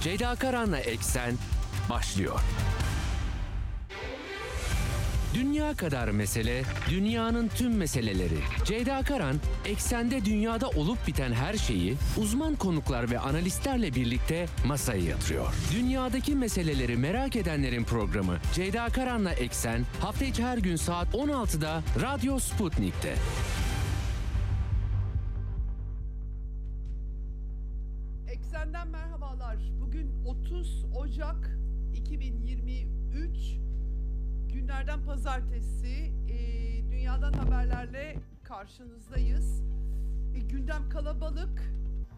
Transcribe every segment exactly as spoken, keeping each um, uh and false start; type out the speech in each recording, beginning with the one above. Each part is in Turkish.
Ceyda Karan'la Eksen başlıyor. Dünya kadar mesele, dünyanın tüm meseleleri. Ceyda Karan, Eksen'de dünyada olup biten her şeyi uzman konuklar ve analistlerle birlikte masaya yatırıyor. Dünyadaki meseleleri merak edenlerin programı Ceyda Karan'la Eksen, hafta içi her gün saat on altıda Radyo Sputnik'te. Eksen'den merhabalar. Bugün otuz Ocak iki bin yirmi üç. Günlerden pazartesi, e, dünyadan haberlerle karşınızdayız. E, gündem kalabalık.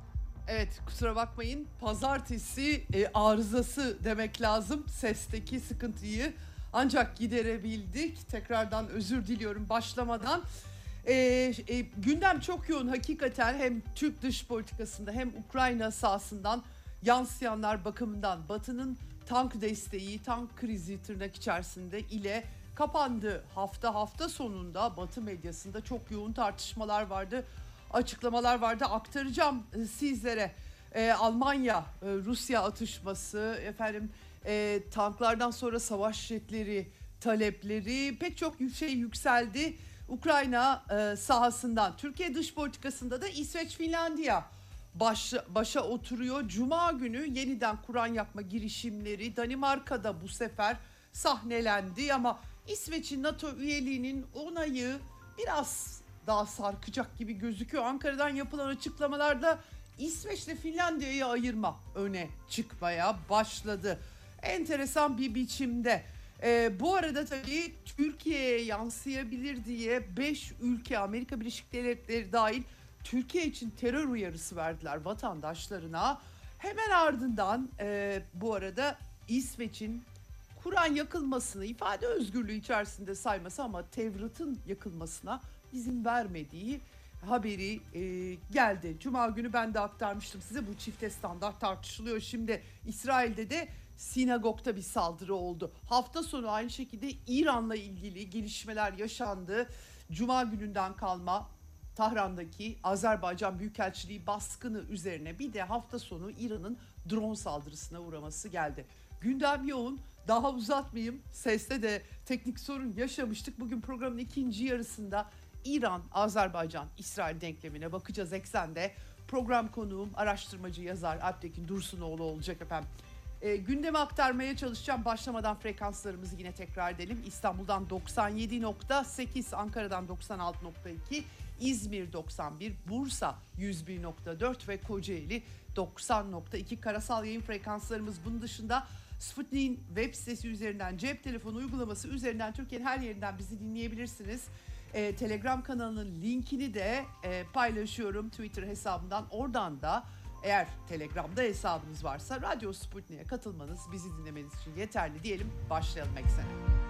Evet, kusura bakmayın, pazartesi e, arızası demek lazım. Sesteki sıkıntıyı ancak giderebildik. Tekrardan özür diliyorum başlamadan. E, e, gündem çok yoğun hakikaten, hem Türk dış politikasında hem Ukrayna sahasından yansıyanlar bakımından. Batı'nın tank desteği, tank krizi tırnak içerisinde ile kapandı. Hafta hafta sonunda Batı medyasında çok yoğun tartışmalar vardı, açıklamalar vardı. Aktaracağım sizlere. Ee, Almanya, e, Rusya atışması, efendim e, tanklardan sonra savaş jetleri talepleri, pek çok şey yükseldi. Ukrayna e, sahasından. Türkiye dış politikasında da İsveç, Finlandiya Baş, başa oturuyor. Cuma günü yeniden Kur'an yakma girişimleri Danimarka'da bu sefer sahnelendi ama İsveç'in NATO üyeliğinin onayı biraz daha sarkacak gibi gözüküyor. Ankara'dan yapılan açıklamalarda İsveç'le Finlandiya'yı ayırma öne çıkmaya başladı. Enteresan bir biçimde. Ee, bu arada tabii Türkiye'ye yansıyabilir diye beş ülke, Amerika Birleşik Devletleri dahil, Türkiye için terör uyarısı verdiler vatandaşlarına. Hemen ardından e, bu arada İsveç'in Kur'an yakılmasını ifade özgürlüğü içerisinde sayması ama Tevrat'ın yakılmasına izin vermediği haberi e, geldi. Cuma günü ben de aktarmıştım size, bu çifte standart tartışılıyor. Şimdi İsrail'de de sinagogda bir saldırı oldu. Hafta sonu aynı şekilde İran'la ilgili gelişmeler yaşandı. Cuma gününden kalma Tahran'daki Azerbaycan Büyükelçiliği baskını üzerine bir de hafta sonu İran'ın drone saldırısına uğraması geldi. Gündem yoğun, daha uzatmayayım. Seste de teknik sorun yaşamıştık. Bugün programın ikinci yarısında İran, Azerbaycan, İsrail denklemine bakacağız Eksen'de. Program konuğum araştırmacı yazar Alptekin Dursunoğlu olacak efendim. E, gündemi aktarmaya çalışacağım. Başlamadan frekanslarımızı yine tekrar edelim. İstanbul'dan doksan yedi nokta sekiz, Ankara'dan doksan altı nokta iki, İzmir doksan bir, Bursa yüz bir nokta dört ve Kocaeli doksan nokta iki karasal yayın frekanslarımız. Bunun dışında Sputnik'in web sitesi üzerinden, cep telefonu uygulaması üzerinden Türkiye'nin her yerinden bizi dinleyebilirsiniz. E, Telegram kanalının linkini de e, paylaşıyorum Twitter hesabından. Oradan da eğer Telegram'da hesabınız varsa Radyo Sputnik'e katılmanız bizi dinlemeniz için yeterli diyelim. Başlayalım Eksen'e.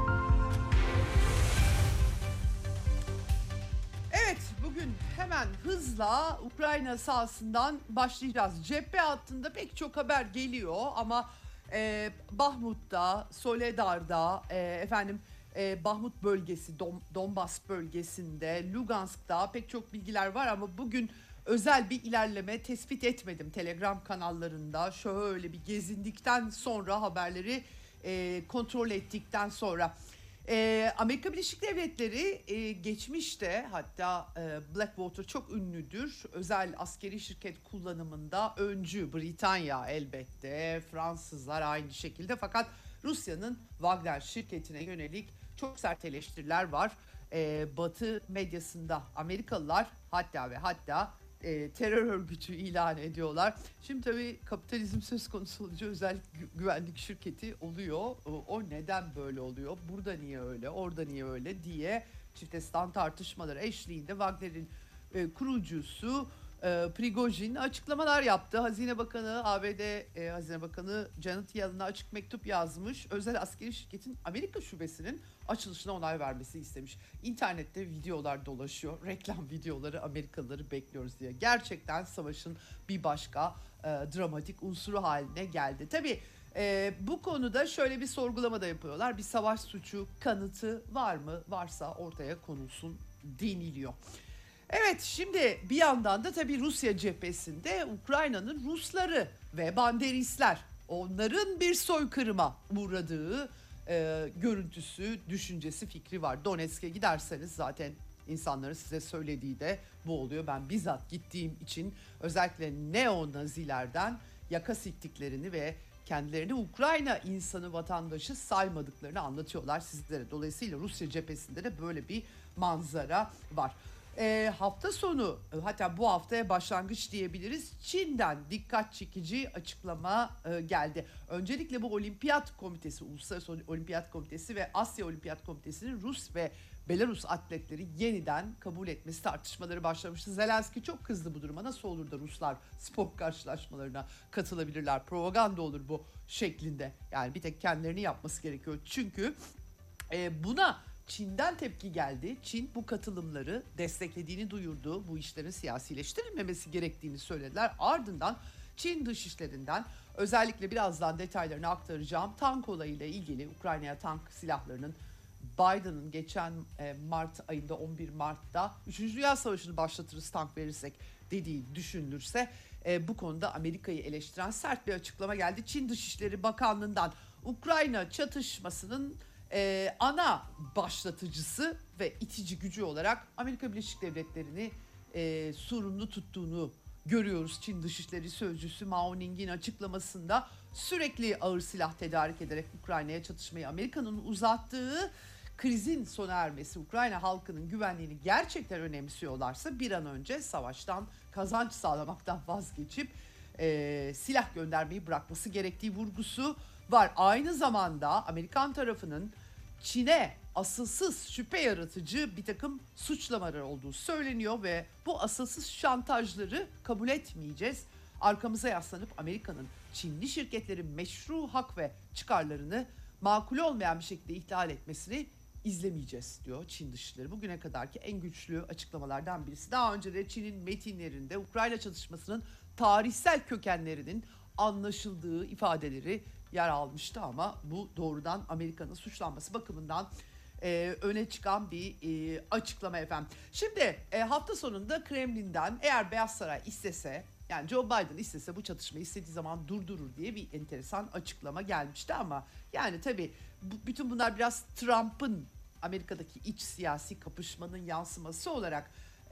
Evet, bugün hemen hızla Ukrayna sahasından başlayacağız. Cephe hattında pek çok haber geliyor ama e, Bahmut'ta, Soledar'da, e, efendim e, Bahmut bölgesi, Don, Donbas bölgesinde, Lugansk'ta pek çok bilgiler var ama bugün özel bir ilerleme tespit etmedim Telegram kanallarında. Şöyle bir gezindikten sonra, haberleri e, kontrol ettikten sonra. E, Amerika Birleşik Devletleri e, geçmişte, hatta e, Blackwater çok ünlüdür. Özel askeri şirket kullanımında öncü. Britanya elbette, Fransızlar aynı şekilde. Fakat Rusya'nın Wagner şirketine yönelik çok sert eleştiriler var. E, Batı medyasında Amerikalılar hatta ve hatta E, terör örgütü ilan ediyorlar. Şimdi tabii kapitalizm söz konusu olunca özel gü- güvenlik şirketi oluyor. O, o neden böyle oluyor? Burada niye öyle? Orada niye öyle diye çifte stand tartışmaları eşliğinde Wagner'in e, kurucusu e, Prigojin açıklamalar yaptı. Hazine Bakanı, A B D e, Hazine Bakanı Janet Yellen'a açık mektup yazmış. Özel askeri şirketin Amerika şubesinin açılışına onay vermesi istemiş. İnternette videolar dolaşıyor. Reklam videoları, Amerikalıları bekliyoruz diye. Gerçekten savaşın bir başka e, dramatik unsuru haline geldi. Tabii e, bu konuda şöyle bir sorgulama da yapıyorlar. Bir savaş suçu kanıtı var mı? Varsa ortaya konulsun deniliyor. Evet, şimdi bir yandan da tabii Rusya cephesinde Ukrayna'nın Rusları ve Banderistler, onların bir soykırıma uğradığı e, görüntüsü, düşüncesi, fikri var. Donetsk'e giderseniz zaten insanların size söylediği de bu oluyor. Ben bizzat gittiğim için özellikle neo-nazilerden yaka siktiklerini ve kendilerini Ukrayna insanı, vatandaşı saymadıklarını anlatıyorlar sizlere. Dolayısıyla Rusya cephesinde de böyle bir manzara var. E, hafta sonu, hatta bu haftaya başlangıç diyebiliriz, Çin'den dikkat çekici açıklama e, geldi. Öncelikle bu Olimpiyat Komitesi, Uluslararası Olimpiyat Komitesi ve Asya Olimpiyat Komitesi'nin Rus ve Belarus atletleri yeniden kabul etmesi tartışmaları başlamıştı. Zelenski çok kızdı bu duruma. Nasıl olur da Ruslar spor karşılaşmalarına katılabilirler? Propaganda olur bu şeklinde. Yani bir tek kendilerini yapması gerekiyor. Çünkü e, buna Çin'den tepki geldi. Çin bu katılımları desteklediğini duyurdu. Bu işlerin siyasileştirilmemesi gerektiğini söylediler. Ardından Çin dışişlerinden, özellikle birazdan detaylarını aktaracağım, tank olayıyla ilgili, Ukrayna'ya tank silahlarının Biden'ın geçen Mart ayında, on bir Mart'ta üçüncü Dünya Savaşı'nı başlatırız tank verirsek dediği düşünülürse, bu konuda Amerika'yı eleştiren sert bir açıklama geldi Çin Dışişleri Bakanlığı'ndan. Ukrayna çatışmasının Ee, ana başlatıcısı ve itici gücü olarak Amerika Birleşik Devletleri'ni e, sorumlu tuttuğunu görüyoruz. Çin Dışişleri Sözcüsü Mao Ning'in açıklamasında sürekli ağır silah tedarik ederek Ukrayna'ya çatışmayı, Amerika'nın uzattığı krizin sona ermesi, Ukrayna halkının güvenliğini gerçekten önemsiyorlarsa bir an önce savaştan kazanç sağlamaktan vazgeçip e, silah göndermeyi bırakması gerektiği vurgusu var. Aynı zamanda Amerikan tarafının Çin'e asılsız, şüphe yaratıcı bir takım suçlamalar olduğu söyleniyor ve bu asılsız şantajları kabul etmeyeceğiz. Arkamıza yaslanıp Amerika'nın Çinli şirketlerin meşru hak ve çıkarlarını makul olmayan bir şekilde ihlal etmesini izlemeyeceğiz diyor Çin Dışişleri. Bugüne kadarki en güçlü açıklamalardan birisi. Daha önce de Çin'in metinlerinde Ukrayna çatışmasının tarihsel kökenlerinin anlaşıldığı ifadeleri yer almıştı ama bu doğrudan Amerika'nın suçlanması bakımından e, öne çıkan bir e, açıklama efendim. Şimdi e, hafta sonunda Kremlin'den, eğer Beyaz Saray istese, yani Joe Biden istese bu çatışmayı istediği zaman durdurur diye bir enteresan açıklama gelmişti ama yani tabii bu, bütün bunlar biraz Trump'ın Amerika'daki iç siyasi kapışmanın yansıması olarak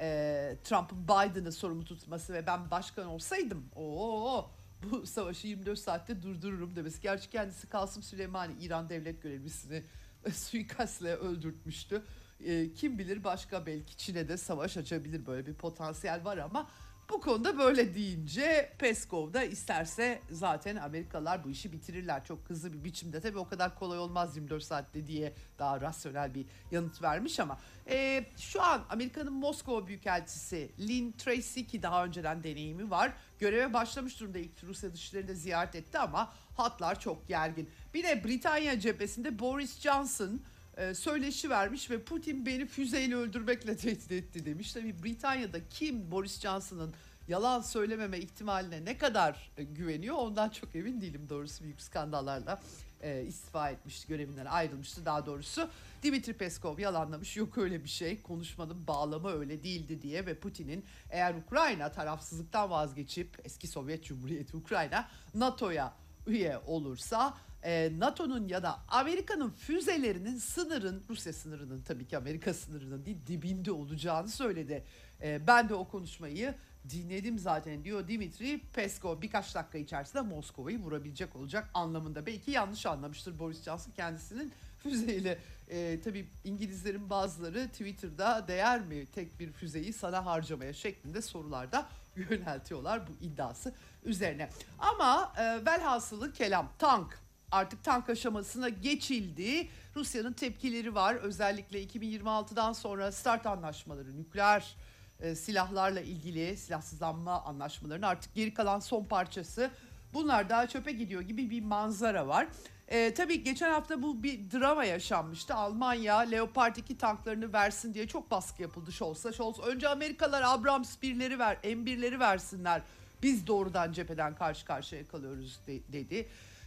e, Trump'ın Biden'ı sorumlu tutması ve ben başkan olsaydım ooo bu savaşı yirmi dört saatte durdururum demesi. Gerçi kendisi Kasım Süleymani, İran devlet görevlisini suikastle öldürtmüştü. E, kim bilir, başka belki Çin'e de savaş açabilir, böyle bir potansiyel var ama bu konuda böyle deyince Peskov da isterse zaten Amerikalılar bu işi bitirirler çok hızlı bir biçimde. Tabii o kadar kolay olmaz yirmi dört saatte diye daha rasyonel bir yanıt vermiş ama e, şu an Amerika'nın Moskova Büyükelçisi Lynn Tracy, ki daha önceden deneyimi var, göreve başlamış durumda. İlk Rusya dışişlerini de ziyaret etti ama hatlar çok gergin. Bir de Britanya cephesinde Boris Johnson e, söyleşi vermiş ve Putin beni füzeyle öldürmekle tehdit etti demiş. Tabii Britanya'da kim Boris Johnson'ın yalan söylememe ihtimaline ne kadar e, güveniyor ondan çok emin değilim doğrusu. Büyük skandallarla e, istifa etmişti, görevinden ayrılmıştı daha doğrusu. Dimitri Peskov yalanlamış, yok öyle bir şey, konuşmanın bağlamı öyle değildi diye ve Putin'in eğer Ukrayna tarafsızlıktan vazgeçip eski Sovyet Cumhuriyeti Ukrayna NATO'ya üye olursa e, NATO'nun ya da Amerika'nın füzelerinin sınırın, Rusya sınırının, tabii ki Amerika sınırının değil, dibinde olacağını söyledi. E, ben de o konuşmayı dinledim zaten diyor Dimitri Peskov. Birkaç dakika içerisinde Moskova'yı vurabilecek olacak anlamında. Belki yanlış anlamıştır Boris Johnson kendisinin füzeyle. E, tabii İngilizlerin bazıları Twitter'da değer mi tek bir füzeyi sana harcamaya şeklinde sorularda yöneltiyorlar bu iddiası üzerine. Ama e, velhasılı kelam, tank. Artık tank aşamasına geçildi. Rusya'nın tepkileri var. Özellikle iki bin yirmi altıdan sonra START anlaşmaları, nükleer e, silahlarla ilgili silahsızlanma anlaşmalarının artık geri kalan son parçası. Bunlar daha çöpe gidiyor gibi bir manzara var. E, tabii geçen hafta bu bir drama yaşanmıştı. Almanya Leopard iki tanklarını versin diye çok baskı yapıldı Scholz'a. Scholz önce Amerikalılar Abrams birleri ver, M birleri versinler. Biz doğrudan cepheden karşı karşıya kalıyoruz de, dedi.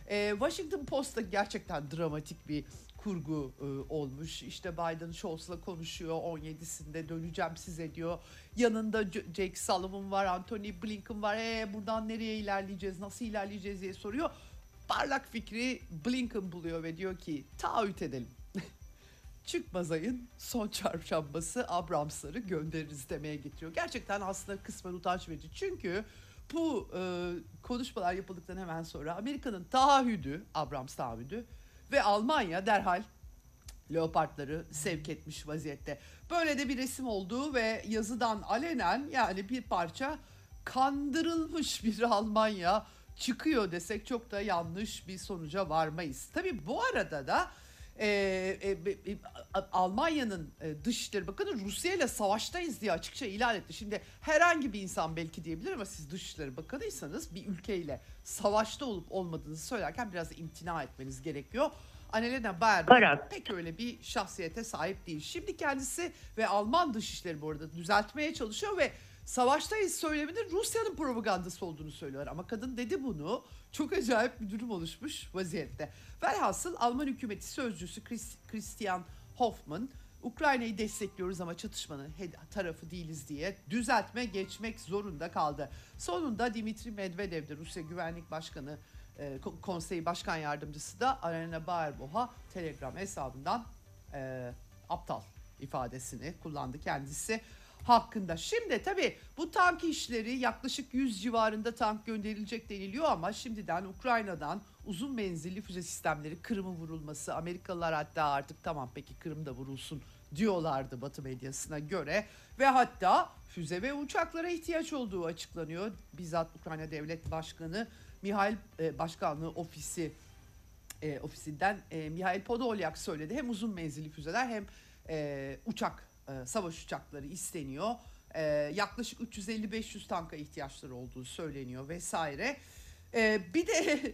E, Washington Post'ta gerçekten dramatik bir kurgu e, olmuş. İşte Biden Scholz'la konuşuyor, on yedisinde döneceğim size diyor. Yanında J- Jake Sullivan var, Anthony Blinken var. E, buradan nereye ilerleyeceğiz, nasıl ilerleyeceğiz diye soruyor. Parlak fikri Blinken buluyor ve diyor ki taahhüt edelim. Çıkmaz ayın son çarşambası Abrams'ları göndeririz demeye getiriyor. Gerçekten aslında kısmen utanç verici. Çünkü bu e, konuşmalar yapıldıktan hemen sonra Amerika'nın taahhüdü, Abrams taahhüdü ve Almanya derhal Leopardları sevk etmiş vaziyette. Böyle de bir resim olduğu ve yazıdan alenen, yani bir parça kandırılmış bir Almanya çıkıyor desek çok da yanlış bir sonuca varmayız. Tabii bu arada da e, e, e, Almanya'nın e, Dışişleri Bakanı Rusya ile savaştayız diye açıkça ilan etti. Şimdi herhangi bir insan belki diyebilir ama siz Dışişleri Bakanıysanız bir ülkeyle savaşta olup olmadığınızı söylerken biraz da imtina etmeniz gerekiyor. Annalena Baerbock pek öyle bir şahsiyete sahip değil. Şimdi kendisi ve Alman Dışişleri bu arada düzeltmeye çalışıyor ve savaştayız söyleminin Rusya'nın propagandası olduğunu söylüyorlar. Ama kadın dedi bunu. Çok acayip bir durum oluşmuş vaziyette. Velhasıl Alman hükümeti sözcüsü Christian Hoffmann, Ukrayna'yı destekliyoruz ama çatışmanın tarafı değiliz diye düzeltme geçmek zorunda kaldı. Sonunda Dimitri Medvedev de Rusya Güvenlik Başkanı e, Konseyi Başkan Yardımcısı da Annalena Baerbock'a Telegram hesabından e, aptal ifadesini kullandı kendisi hakkında. Şimdi tabii bu tank işleri, yaklaşık yüz civarında tank gönderilecek deniliyor ama şimdiden Ukrayna'dan uzun menzilli füze sistemleri, Kırım'ın vurulması, Amerikalılar hatta artık tamam peki Kırım da vurulsun diyorlardı Batı medyasına göre ve hatta füze ve uçaklara ihtiyaç olduğu açıklanıyor. Bizzat Ukrayna Devlet Başkanı Mihail e, Başkanlığı Ofisi e, ofisinden e, Mihail Podolyak söyledi. Hem uzun menzilli füzeler hem e, uçak e, savaş uçakları isteniyor. E, yaklaşık üç yüz elli beş yüz tanka ihtiyaçları olduğu söyleniyor vesaire. E, bir de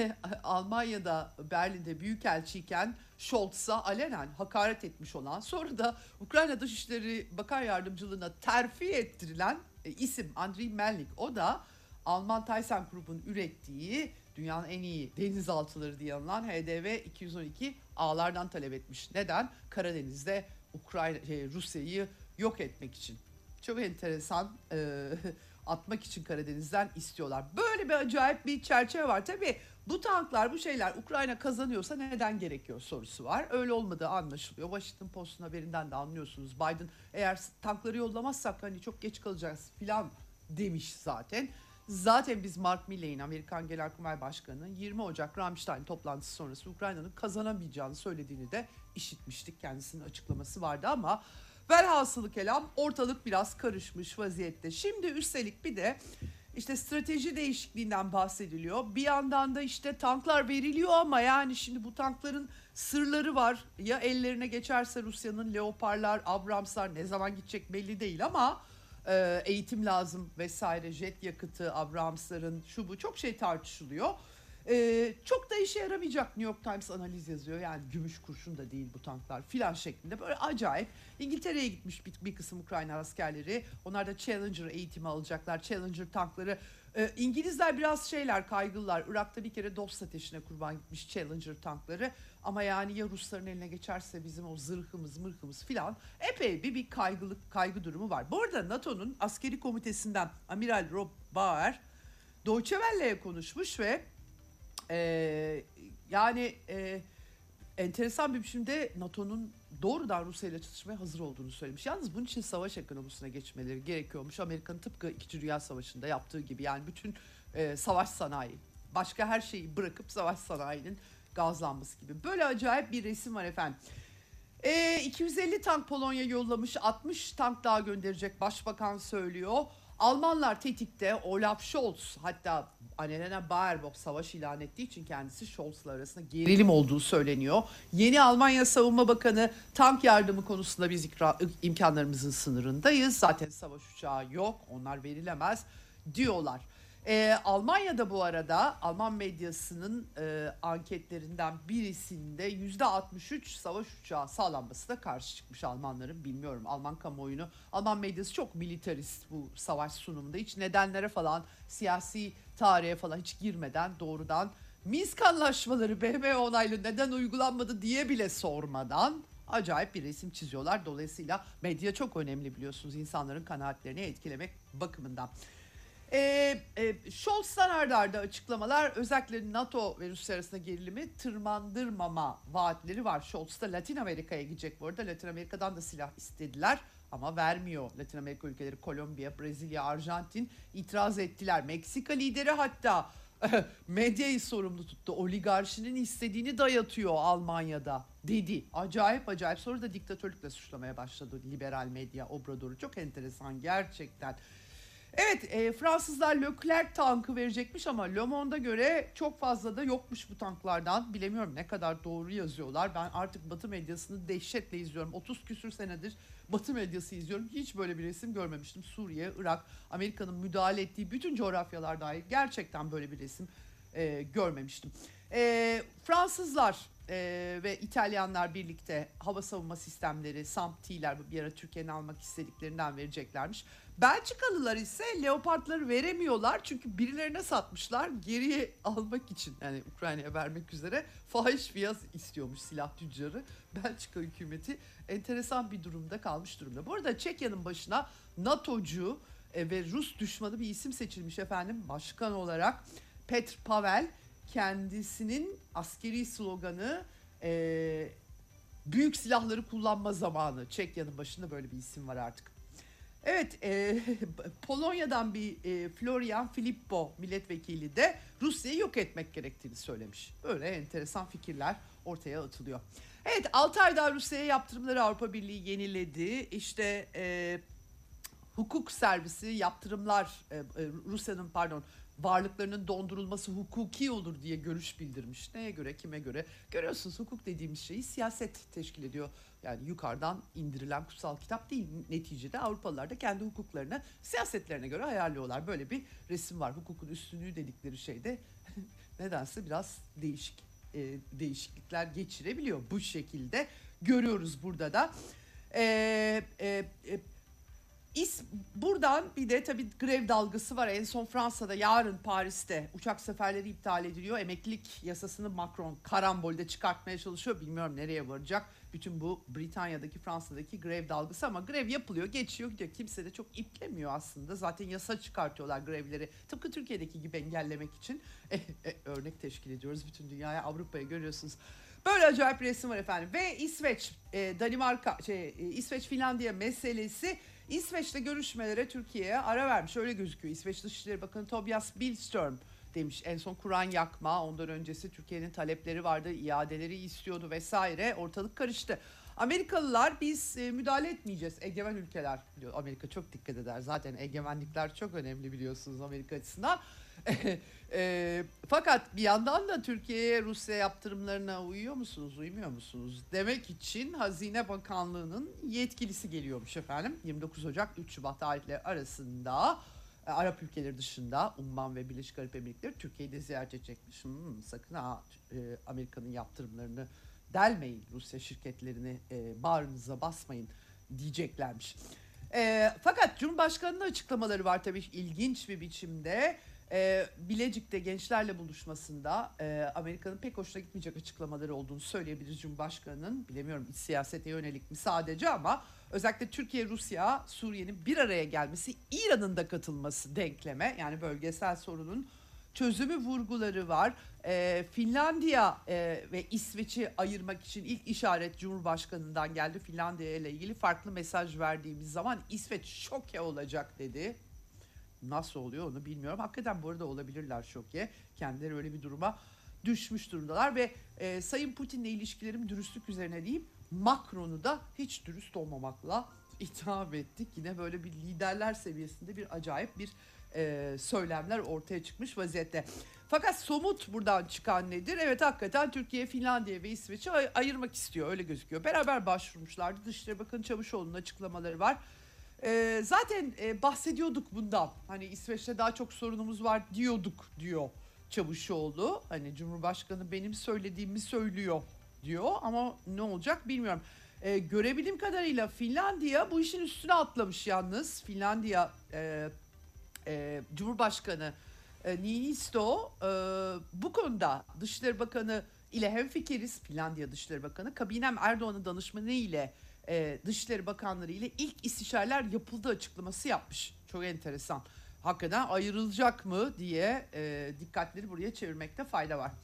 Almanya'da Berlin'de büyükelçiyken Scholz'a alenen hakaret etmiş olan, sonra da Ukrayna Dışişleri Bakan Yardımcılığına terfi ettirilen e, isim Andriy Melnik. O da Alman ThyssenKrupp'un ürettiği dünyanın en iyi denizaltıları diye anılan H D V iki yüz on iki A'lardan talep etmiş. Neden? Karadeniz'de Ukrayna, şey, Rusya'yı yok etmek için. Çok enteresan, e, atmak için Karadeniz'den istiyorlar. Böyle bir acayip bir çerçeve var. Tabii bu tanklar, bu şeyler Ukrayna kazanıyorsa neden gerekiyor sorusu var. Öyle olmadığı anlaşılıyor. Washington Post'un haberinden de anlıyorsunuz. Biden eğer tankları yollamazsak hani çok geç kalacağız filan demiş zaten. Zaten biz Mark Milley'in, Amerikan Genelkurmay Başkanı'nın yirmi Ocak Ramstein toplantısı sonrası Ukrayna'nın kazanamayacağını söylediğini de işitmiştik. Kendisinin açıklaması vardı ama velhasılı kelam ortalık biraz karışmış vaziyette. Şimdi üstelik bir de işte strateji değişikliğinden bahsediliyor. Bir yandan da işte tanklar veriliyor ama yani şimdi bu tankların sırları var. Ya ellerine geçerse Rusya'nın Leopardlar, Abramslar ne zaman gidecek belli değil ama e, eğitim lazım vesaire, jet yakıtı, Abramsların şu bu çok şey tartışılıyor. Ee, çok da işe yaramayacak New York Times analiz yazıyor. Yani gümüş kurşun da değil bu tanklar filan şeklinde. Böyle acayip. İngiltere'ye gitmiş bir, bir kısım Ukrayna askerleri. Onlar da Challenger eğitimi alacaklar. Challenger tankları. Ee, İngilizler biraz şeyler, kaygılılar. Irak'ta bir kere dost ateşine kurban gitmiş Challenger tankları. Ama yani ya Rusların eline geçerse bizim o zırhımız mırhımız filan epey bir, bir kaygılık, kaygı durumu var. Bu arada NATO'nun askeri komitesinden Amiral Rob Bauer Deutsche Welle'ye konuşmuş ve Ee, yani e, enteresan bir biçimde NATO'nun doğrudan Rusya ile çatışmaya hazır olduğunu söylemiş. Yalnız bunun için savaş ekonomisine geçmeleri gerekiyormuş. Amerika'nın tıpkı İkinci Dünya Savaşı'nda yaptığı gibi, yani bütün e, savaş sanayi, başka her şeyi bırakıp savaş sanayinin gazlanması gibi. Böyle acayip bir resim var efendim. E, iki yüz elli tank Polonya yollamış, altmış tank daha gönderecek Başbakan söylüyor. Almanlar tetikte. Olaf Scholz, hatta Annalena Baerbock savaş ilan ettiği için kendisi Scholz'la arasında gerilim olduğu söyleniyor. Yeni Almanya Savunma Bakanı tank yardımı konusunda biz ikra, imkanlarımızın sınırındayız. Zaten savaş uçağı yok, onlar verilemez diyorlar. Ee, Almanya'da bu arada Alman medyasının e, anketlerinden birisinde yüzde altmış üç savaş uçağı sağlanmasına karşı çıkmış Almanların. Bilmiyorum, Alman kamuoyunu, Alman medyası çok militarist bu savaş sunumunda. Hiç nedenlere falan, siyasi tarihe falan hiç girmeden doğrudan Minsk anlaşmaları B M onaylı neden uygulanmadı diye bile sormadan acayip bir resim çiziyorlar. Dolayısıyla medya çok önemli biliyorsunuz insanların kanaatlerini etkilemek bakımından. Ee, e, Scholz'tan arda arda açıklamalar, özellikle NATO ve Rusya arasında gerilimi tırmandırmama vaatleri var. Scholz da Latin Amerika'ya gidecek bu arada. Latin Amerika'dan da silah istediler ama vermiyor. Latin Amerika ülkeleri Kolombiya, Brezilya, Arjantin itiraz ettiler. Meksika lideri hatta medyayı sorumlu tuttu. Oligarşinin istediğini dayatıyor Almanya'da dedi. Acayip acayip. Sonra da diktatörlükle suçlamaya başladı liberal medya Obrador'u. Çok enteresan gerçekten. Evet, e, Fransızlar Leclerc tankı verecekmiş ama Le Monde'a göre çok fazla da yokmuş bu tanklardan. Bilemiyorum ne kadar doğru yazıyorlar. Ben artık Batı medyasını dehşetle izliyorum. otuz küsür senedir Batı medyası izliyorum. Hiç böyle bir resim görmemiştim. Suriye, Irak, Amerika'nın müdahale ettiği bütün coğrafyalar dahil gerçekten böyle bir resim e, görmemiştim. E, Fransızlar e, ve İtalyanlar birlikte hava savunma sistemleri, SAMP-T'ler bir ara Türkiye'nin almak istediklerinden vereceklermiş. Belçikalılar ise Leopard'ları veremiyorlar çünkü birilerine satmışlar, geriye almak için, yani Ukrayna'ya vermek üzere fahiş fiyat istiyormuş silah tüccarı. Belçika hükümeti enteresan bir durumda kalmış durumda. Bu arada Çekya'nın başına NATO'cu e, ve Rus düşmanı bir isim seçilmiş efendim başkan olarak. Petr Pavel, kendisinin askeri sloganı e, büyük silahları kullanma zamanı. Çekya'nın başında böyle bir isim var artık. Evet, e, Polonya'dan bir e, Florian Filippo milletvekili de Rusya'yı yok etmek gerektiğini söylemiş. Böyle enteresan fikirler ortaya atılıyor. Evet, altı ayda Rusya'ya yaptırımları Avrupa Birliği yeniledi. İşte e, hukuk servisi yaptırımlar, e, e, Rusya'nın pardon varlıklarının dondurulması hukuki olur diye görüş bildirmiş. Neye göre, kime göre? Görüyorsunuz, hukuk dediğimiz şeyi siyaset teşkil ediyor. Yani yukarıdan indirilen kutsal kitap değil. Neticede Avrupalılar da kendi hukuklarını siyasetlerine göre ayarlıyorlar. Böyle bir resim var. Hukukun üstünlüğü dedikleri şeyde nedense biraz değişik e, değişiklikler geçirebiliyor. Bu şekilde görüyoruz burada da. Eee e, e, İs, buradan bir de tabii grev dalgası var. En son Fransa'da yarın Paris'te uçak seferleri iptal ediliyor. Emeklilik yasasını Macron karambolde çıkartmaya çalışıyor. Bilmiyorum nereye varacak. Bütün bu Britanya'daki, Fransa'daki grev dalgası ama grev yapılıyor, geçiyor, gidiyor. Kimse de çok iplemiyor aslında. Zaten yasa çıkartıyorlar grevleri. Tıpkı Türkiye'deki gibi engellemek için. E, e, örnek teşkil ediyoruz bütün dünyaya, Avrupa'ya görüyorsunuz. Böyle acayip bir resim var efendim. Ve İsveç, e, Danimarka, şey, e, İsveç, Finlandiya meselesi. İsveç'te görüşmelere Türkiye'ye ara vermiş. Öyle gözüküyor. İsveç Dışişleri Bakanı Tobias Billström demiş. En son Kur'an yakma, ondan öncesi Türkiye'nin talepleri vardı, iadeleri istiyordu vesaire. Ortalık karıştı. Amerikalılar biz e, müdahale etmeyeceğiz. Egemen ülkeler biliyor. Amerika çok dikkat eder. Zaten egemenlikler çok önemli biliyorsunuz Amerika açısından. e, fakat bir yandan da Türkiye'ye Rusya yaptırımlarına uyuyor musunuz, uymuyor musunuz demek için Hazine Bakanlığı'nın yetkilisi geliyormuş efendim. yirmi dokuz Ocak üç Şubat tarihleri arasında e, Arap ülkeleri dışında Umman ve Birleşik Arap Emirlikleri Türkiye'yi de ziyaret edecekmiş. Hmm, sakın ha e, Amerika'nın yaptırımlarını delmeyin, Rusya şirketlerini e, bağrınıza basmayın diyeceklermiş. E, fakat Cumhurbaşkanı'nın açıklamaları var tabii ilginç bir biçimde. E, Bilecik'te gençlerle buluşmasında e, Amerika'nın pek hoşuna gitmeyecek açıklamaları olduğunu söyleyebiliriz Cumhurbaşkanı'nın. Bilemiyorum iç siyasete yönelik mi sadece ama özellikle Türkiye, Rusya, Suriye'nin bir araya gelmesi, İran'ın da katılması denkleme, yani bölgesel sorunun çözümü vurguları var. E, Finlandiya e, ve İsveç'i ayırmak için ilk işaret Cumhurbaşkanı'ndan geldi. Finlandiya ile ilgili farklı mesaj verdiğimiz zaman İsveç şoke olacak dedi. Nasıl oluyor onu bilmiyorum. Hakikaten bu arada olabilirler şoke. Kendileri öyle bir duruma düşmüş durumdalar ve e, Sayın Putin'le ilişkilerim dürüstlük üzerine deyip Macron'u da hiç dürüst olmamakla itham ettik. Yine böyle bir liderler seviyesinde bir acayip bir e, söylemler ortaya çıkmış vaziyette. Fakat somut buradan çıkan nedir? Evet, hakikaten Türkiye, Finlandiya ve İsveç'i ay- ayırmak istiyor, öyle gözüküyor. Beraber başvurmuşlardı. Dışişleri Bakanı Çavuşoğlu'nun açıklamaları var. Ee, zaten e, bahsediyorduk bundan. Hani İsveç'te daha çok sorunumuz var diyorduk diyor Çavuşoğlu. Hani Cumhurbaşkanı benim söylediğimi söylüyor diyor ama ne olacak bilmiyorum. Ee, görebildiğim kadarıyla Finlandiya bu işin üstüne atlamış yalnız. Finlandiya e, e, Cumhurbaşkanı e, Niinisto e, bu konuda Dışişleri Bakanı ile hemfikiriz. Finlandiya Dışişleri Bakanı kabinem Erdoğan'ın danışmanı ile e, Dışişleri Bakanları ile ilk istişareler yapıldı açıklaması yapmış. Çok enteresan. Hakikaten ayrılacak mı diye e, dikkatleri buraya çevirmekte fayda var.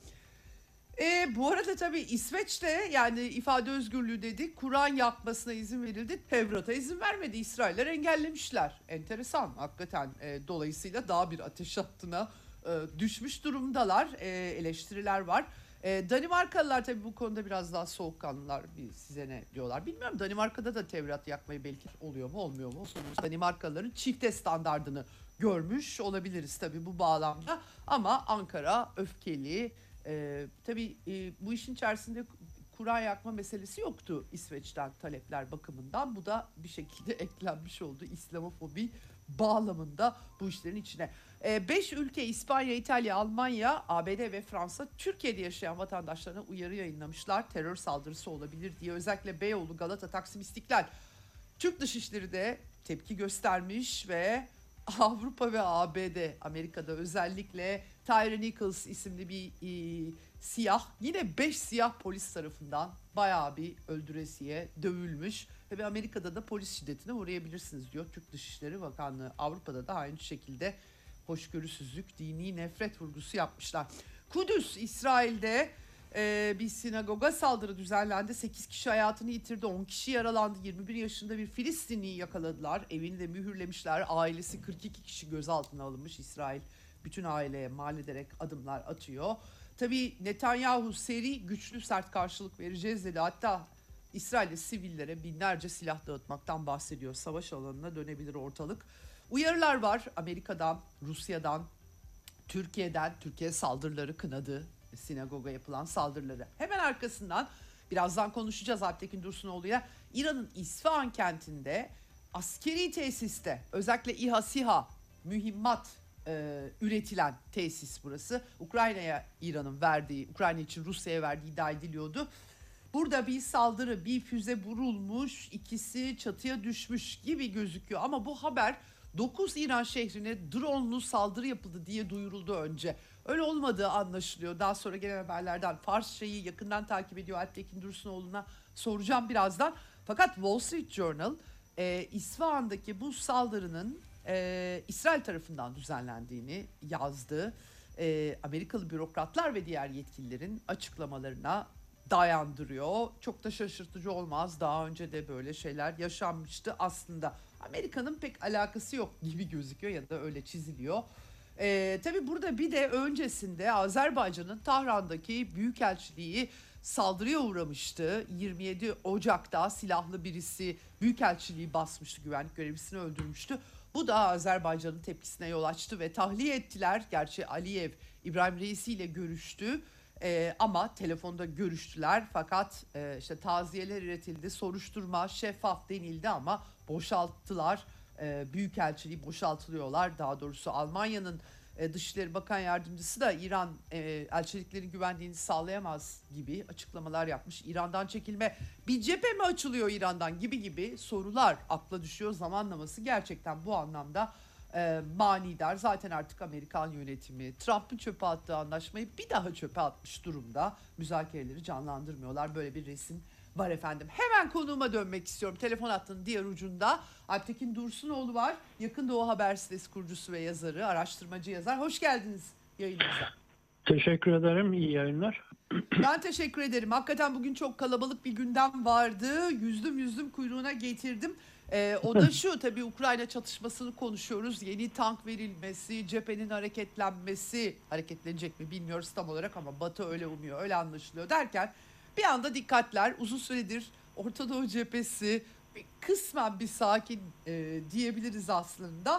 E, bu arada tabii İsveç'te yani ifade özgürlüğü dedik. Kur'an yakmasına izin verildi. Tevrat'a izin vermedi. İsrailler engellemişler. Enteresan hakikaten. E, dolayısıyla daha bir ateş hattına e, düşmüş durumdalar. E, eleştiriler var. E, Danimarkalılar tabii bu konuda biraz daha soğukkanlılar. Bir size ne diyorlar bilmiyorum. Danimarka'da da Tevrat yakmayı belki oluyor mu olmuyor mu? Sonuçta Danimarkalıların çifte standardını görmüş olabiliriz tabii bu bağlamda. Ama Ankara öfkeli. Ee, tabii e, bu işin içerisinde Kur'an yakma meselesi yoktu İsveç'ten talepler bakımından. Bu da bir şekilde eklenmiş oldu İslamofobi bağlamında bu işlerin içine. Ee, beş ülke İspanya, İtalya, Almanya, A B D ve Fransa Türkiye'de yaşayan vatandaşlarına uyarı yayınlamışlar. Terör saldırısı olabilir diye özellikle Beyoğlu, Galata, Taksim, İstiklal. Türk Dışişleri de tepki göstermiş ve Avrupa ve A B D, Amerika'da özellikle Tyre Nichols isimli bir e, siyah, yine beş siyah polis tarafından bayağı bir öldüresiye dövülmüş. Ve Amerika'da da polis şiddetine uğrayabilirsiniz diyor Türk Dışişleri Bakanlığı. Avrupa'da da aynı şekilde hoşgörüsüzlük, dini nefret vurgusu yapmışlar. Kudüs, İsrail'de e, bir sinagoga saldırı düzenlendi. sekiz kişi hayatını yitirdi, on kişi yaralandı. yirmi bir yaşında bir Filistinliyi yakaladılar. Evini de mühürlemişler. Ailesi kırk iki kişi gözaltına alınmış. İsrail bütün aileye mal ederek adımlar atıyor. Tabii Netanyahu seri, güçlü, sert karşılık vereceğiz dedi. Hatta İsrail'de sivillere binlerce silah dağıtmaktan bahsediyor. Savaş alanına dönebilir ortalık. Uyarılar var Amerika'dan, Rusya'dan, Türkiye'den. Türkiye saldırıları kınadı. Sinagoga yapılan saldırıları. Hemen arkasından birazdan konuşacağız Alptekin Dursunoğlu'ya. İran'ın İsfahan kentinde askeri tesiste özellikle İHA SİHA mühimmat e, üretilen tesis burası. Ukrayna'ya İran'ın verdiği, Ukrayna için Rusya'ya verdiği iddia ediliyordu. Burada bir saldırı, bir füze vurulmuş, ikisi çatıya düşmüş gibi gözüküyor. Ama bu haber dokuz İran şehrine drone'lu saldırı yapıldı diye duyuruldu önce. Öyle olmadığı anlaşılıyor. Daha sonra gelen haberlerden Farsçayı yakından takip ediyor Alptekin Dursunoğlu'na soracağım birazdan. Fakat Wall Street Journal e, İsfahan'daki bu saldırının e, İsrail tarafından düzenlendiğini yazdı. E, Amerikalı bürokratlar ve diğer yetkililerin açıklamalarına dayandırıyor. Çok da şaşırtıcı olmaz. Daha önce de böyle şeyler yaşanmıştı. Aslında Amerika'nın pek alakası yok gibi gözüküyor ya da öyle çiziliyor. Ee, tabii burada bir de öncesinde Azerbaycan'ın Tahran'daki büyükelçiliği saldırıya uğramıştı. yirmi yedi Ocak'ta silahlı birisi büyükelçiliği basmıştı, güvenlik görevlisini öldürmüştü. Bu da Azerbaycan'ın tepkisine yol açtı ve tahliye ettiler. Gerçi Aliyev İbrahim Reisi ile görüştü. Ee, ama telefonda görüştüler fakat e, işte taziyeler üretildi, soruşturma şeffaf denildi ama boşalttılar. E, Büyükelçiliği boşaltılıyorlar. Daha doğrusu Almanya'nın e, Dışişleri Bakan Yardımcısı da İran e, elçiliklerin güvenliğini sağlayamaz gibi açıklamalar yapmış. İran'dan çekilme, bir cephe mi açılıyor İran'dan gibi gibi sorular akla düşüyor. Zamanlaması gerçekten bu anlamda E, manidar. Zaten artık Amerikan yönetimi Trump'ın çöpe attığı anlaşmayı bir daha çöpe atmış durumda. Müzakereleri canlandırmıyorlar. Böyle bir resim var efendim. Hemen konuğuma dönmek istiyorum. Telefon hattının diğer ucunda Alptekin Dursunoğlu var. Yakın Doğu Haber sitesi kurucusu ve yazarı, araştırmacı yazar. Hoş geldiniz yayınımıza. Teşekkür ederim. İyi yayınlar. Ben teşekkür ederim. Hakikaten bugün çok kalabalık bir gündem vardı. Yüzdüm yüzdüm kuyruğuna getirdim. Ee, o da şu, tabii Ukrayna çatışmasını konuşuyoruz. Yeni tank verilmesi, cephenin hareketlenmesi, hareketlenecek mi bilmiyoruz tam olarak ama Batı öyle umuyor, öyle anlaşılıyor derken bir anda dikkatler, uzun süredir Orta Doğu cephesi bir, kısmen bir sakin e, diyebiliriz aslında.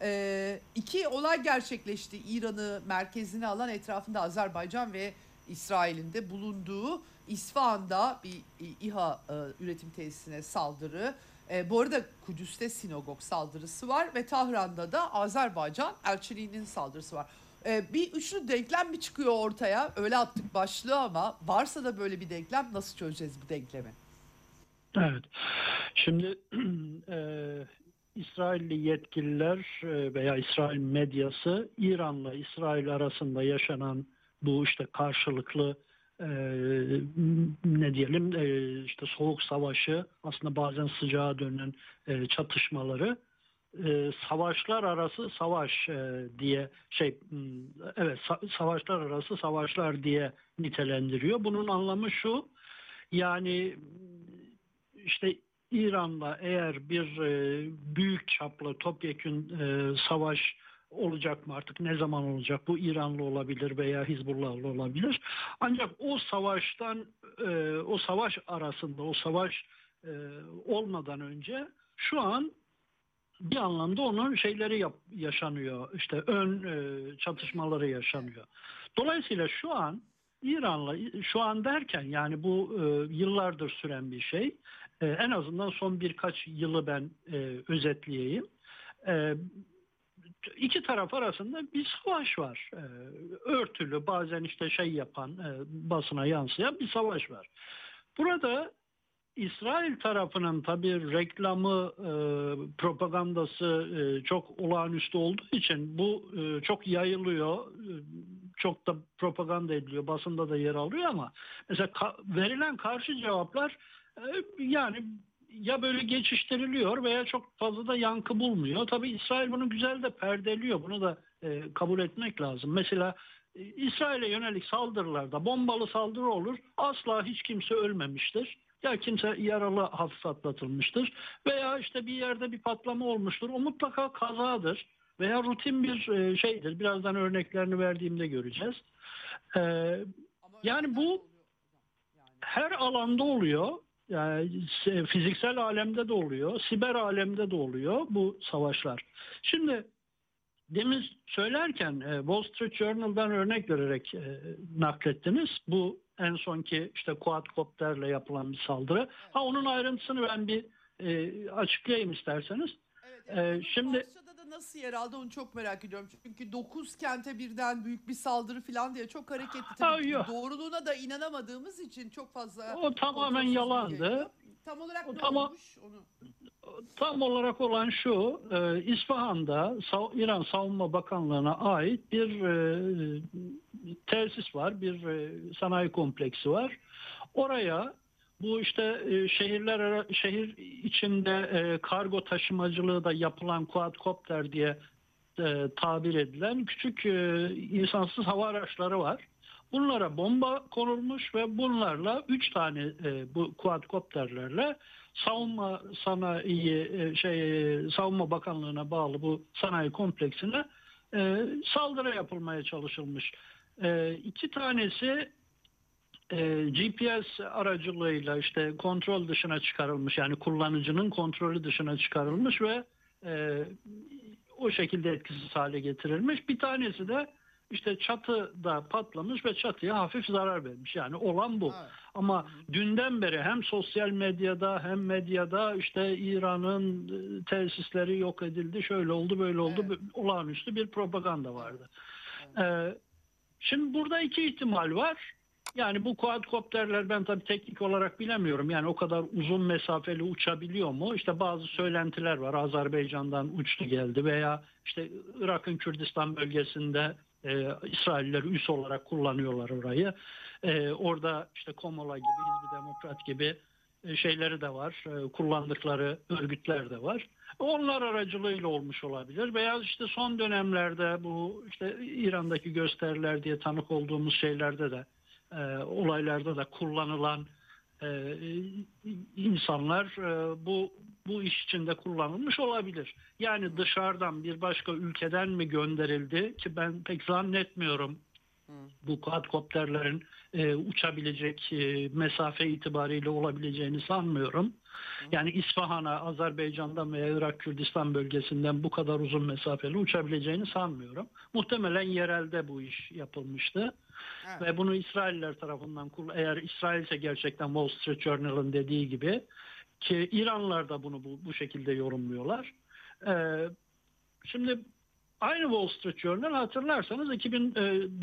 E, iki olay gerçekleşti. İran'ı merkezine alan, etrafında Azerbaycan ve İsrail'in de bulunduğu İsfahan'da bir İHA e, üretim tesisine saldırı. E, bu arada Kudüs'te sinagog saldırısı var ve Tahran'da da Azerbaycan elçiliğinin saldırısı var. E, bir üçlü denklem mi çıkıyor ortaya? Öyle attık başlığı ama varsa da böyle bir denklem, nasıl çözeceğiz bu denklemi? Evet. Şimdi e, İsrailli yetkililer e, veya İsrail medyası İran'la İsrail arasında yaşanan bu işte karşılıklı e, ne diyelim e, işte soğuk savaşı, aslında bazen sıcağa dönen e, çatışmaları e, savaşlar arası savaş e, diye şey evet sa- savaşlar arası savaşlar diye nitelendiriyor. Bunun anlamı şu, yani işte İran'la eğer bir e, büyük çaplı topyekün e, savaş olacak mı, artık ne zaman olacak, bu İran'la olabilir veya Hizbullah'la olabilir. Ancak o savaştan e, o savaş arasında o savaş e, olmadan önce şu an bir anlamda onun şeyleri yap, yaşanıyor. İşte ön e, çatışmaları yaşanıyor. Dolayısıyla şu an İran'la, şu an derken yani bu e, yıllardır süren bir şey. E, en azından son birkaç yılı ben e, özetleyeyim. E, iki taraf arasında bir savaş var. E, örtülü, bazen işte şey yapan, e, basına yansıyan bir savaş var. Burada İsrail tarafının tabii reklamı, e, propagandası e, çok olağanüstü olduğu için bu e, çok yayılıyor, e, çok da propaganda ediliyor, basında da yer alıyor ama mesela ka- verilen karşı cevaplar e, yani ya böyle geçiştiriliyor veya çok fazla da yankı bulmuyor. Tabii İsrail bunu güzel de perdeliyor, bunu da e, kabul etmek lazım. Mesela e, İsrail'e yönelik saldırılarda bombalı saldırı olur, asla hiç kimse ölmemiştir. Ya kimse yaralı, hafif atlatılmıştır veya işte bir yerde bir patlama olmuştur. O mutlaka kazadır veya rutin bir e, şeydir. Birazdan örneklerini verdiğimde göreceğiz. Ee, Ama yani ölenler de bu oluyor hocam. Yani her alanda oluyor. Yani se- fiziksel alemde de oluyor, siber alemde de oluyor bu savaşlar. Şimdi demin söylerken e, Wall Street Journal'dan örnek vererek e, naklettiniz. Bu en sonki işte quadcopterle yapılan bir saldırı. Ha, onun ayrıntısını ben bir e, açıklayayım isterseniz. evet, E, evet. Onun şimdi Farsçada da nasıl yer aldı onu çok merak ediyorum. Çünkü dokuz kente birden büyük bir saldırı falan diye çok hareketli. ha, Tabii yok, doğruluğuna da inanamadığımız için çok fazla o tamamen kontrolsüz bilgi yayılıyor. yalandı. Tam olarak O ne tamam olmuş onu? Tam olarak olan şu, e, İsfahan'da Sav- İran Savunma Bakanlığı'na ait bir e, tesis var, bir e, sanayi kompleksi var. Oraya bu işte e, şehirler ara- şehir içinde e, kargo taşımacılığı da yapılan quadcopter diye e, tabir edilen küçük e, insansız hava araçları var. Bunlara bomba konulmuş ve bunlarla üç tane e, bu quadcopterlerle savunma sanayi e, şey savunma bakanlığına bağlı bu sanayi kompleksine e, saldırı yapılmaya çalışılmış. E, iki tanesi e, G P S aracılığıyla işte kontrol dışına çıkarılmış, yani kullanıcının kontrolü dışına çıkarılmış ve e, o şekilde etkisiz hale getirilmiş. Bir tanesi de işte çatıda patlamış ve çatıya hafif zarar vermiş. Yani olan bu. Evet. Ama dünden beri hem sosyal medyada hem medyada işte İran'ın e, tesisleri yok edildi, şöyle oldu, böyle oldu, Evet. olağanüstü bir propaganda vardı. Evet. Ee, şimdi burada iki ihtimal var. Yani bu quadcopterler, ben tabii teknik olarak bilemiyorum. Yani o kadar uzun mesafeli uçabiliyor mu? İşte bazı söylentiler var. Azerbaycan'dan uçtu geldi veya işte Irak'ın Kürdistan bölgesinde e, İsrailler üs olarak kullanıyorlar orayı. E, orada işte Komola gibi, Hizbi Demokrat gibi e, şeyleri de var. E, kullandıkları örgütler de var. Onlar aracılığıyla olmuş olabilir veya işte son dönemlerde bu işte İran'daki gösteriler diye tanık olduğumuz şeylerde de e, olaylarda da kullanılan e, insanlar e, bu bu iş içinde kullanılmış olabilir. Yani dışarıdan bir başka ülkeden mi gönderildi ki ben pek zannetmiyorum. Bu quadcopterlerin e, uçabilecek e, mesafe itibariyle olabileceğini sanmıyorum. Yani İsfahan'a, Azerbaycan'dan veya Irak Kürdistan bölgesinden bu kadar uzun mesafeli uçabileceğini sanmıyorum. Muhtemelen yerelde bu iş yapılmıştı. Evet. Ve bunu İsrailler tarafından, eğer İsrail ise gerçekten Wall Street Journal'ın dediği gibi, ki İranlılar da bunu bu, bu şekilde yorumluyorlar. Ee, şimdi aynı Wall Street Journal, hatırlarsanız iki bin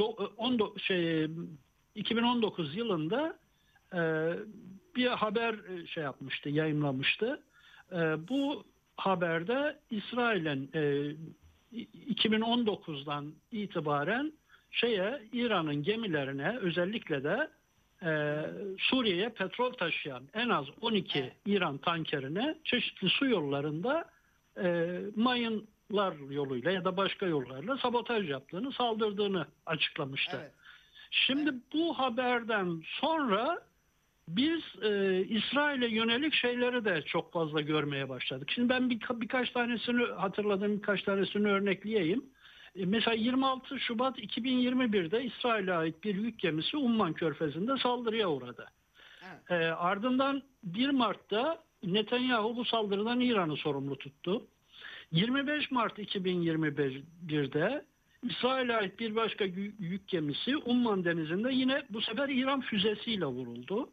on şey iki bin on dokuz yılında e, bir haber şey yapmıştı, yayımlamıştı. E, bu haberde İsrail'in e, iki bin on dokuzdan itibaren şeye İran'ın gemilerine özellikle de e, Suriye'ye petrol taşıyan en az on iki Evet. İran tankerine çeşitli su yollarında e, mayınlar yoluyla ya da başka yollarla sabotaj yaptığını, saldırdığını açıklamıştı. Evet. Şimdi Evet. bu haberden sonra biz e, İsrail'e yönelik şeyleri de çok fazla görmeye başladık. Şimdi ben bir, birkaç tanesini hatırladığım birkaç tanesini örnekleyeyim. E, mesela yirmi altı Şubat iki bin yirmi birde İsrail'e ait bir yük gemisi Umman Körfezi'nde saldırıya uğradı. Evet. E, ardından bir Mart'ta Netanyahu bu saldırıdan İran'ı sorumlu tuttu. yirmi beş Mart iki bin yirmi birde İsrail'e ait bir başka yük gemisi Umman Denizi'nde yine bu sefer İran füzesiyle vuruldu.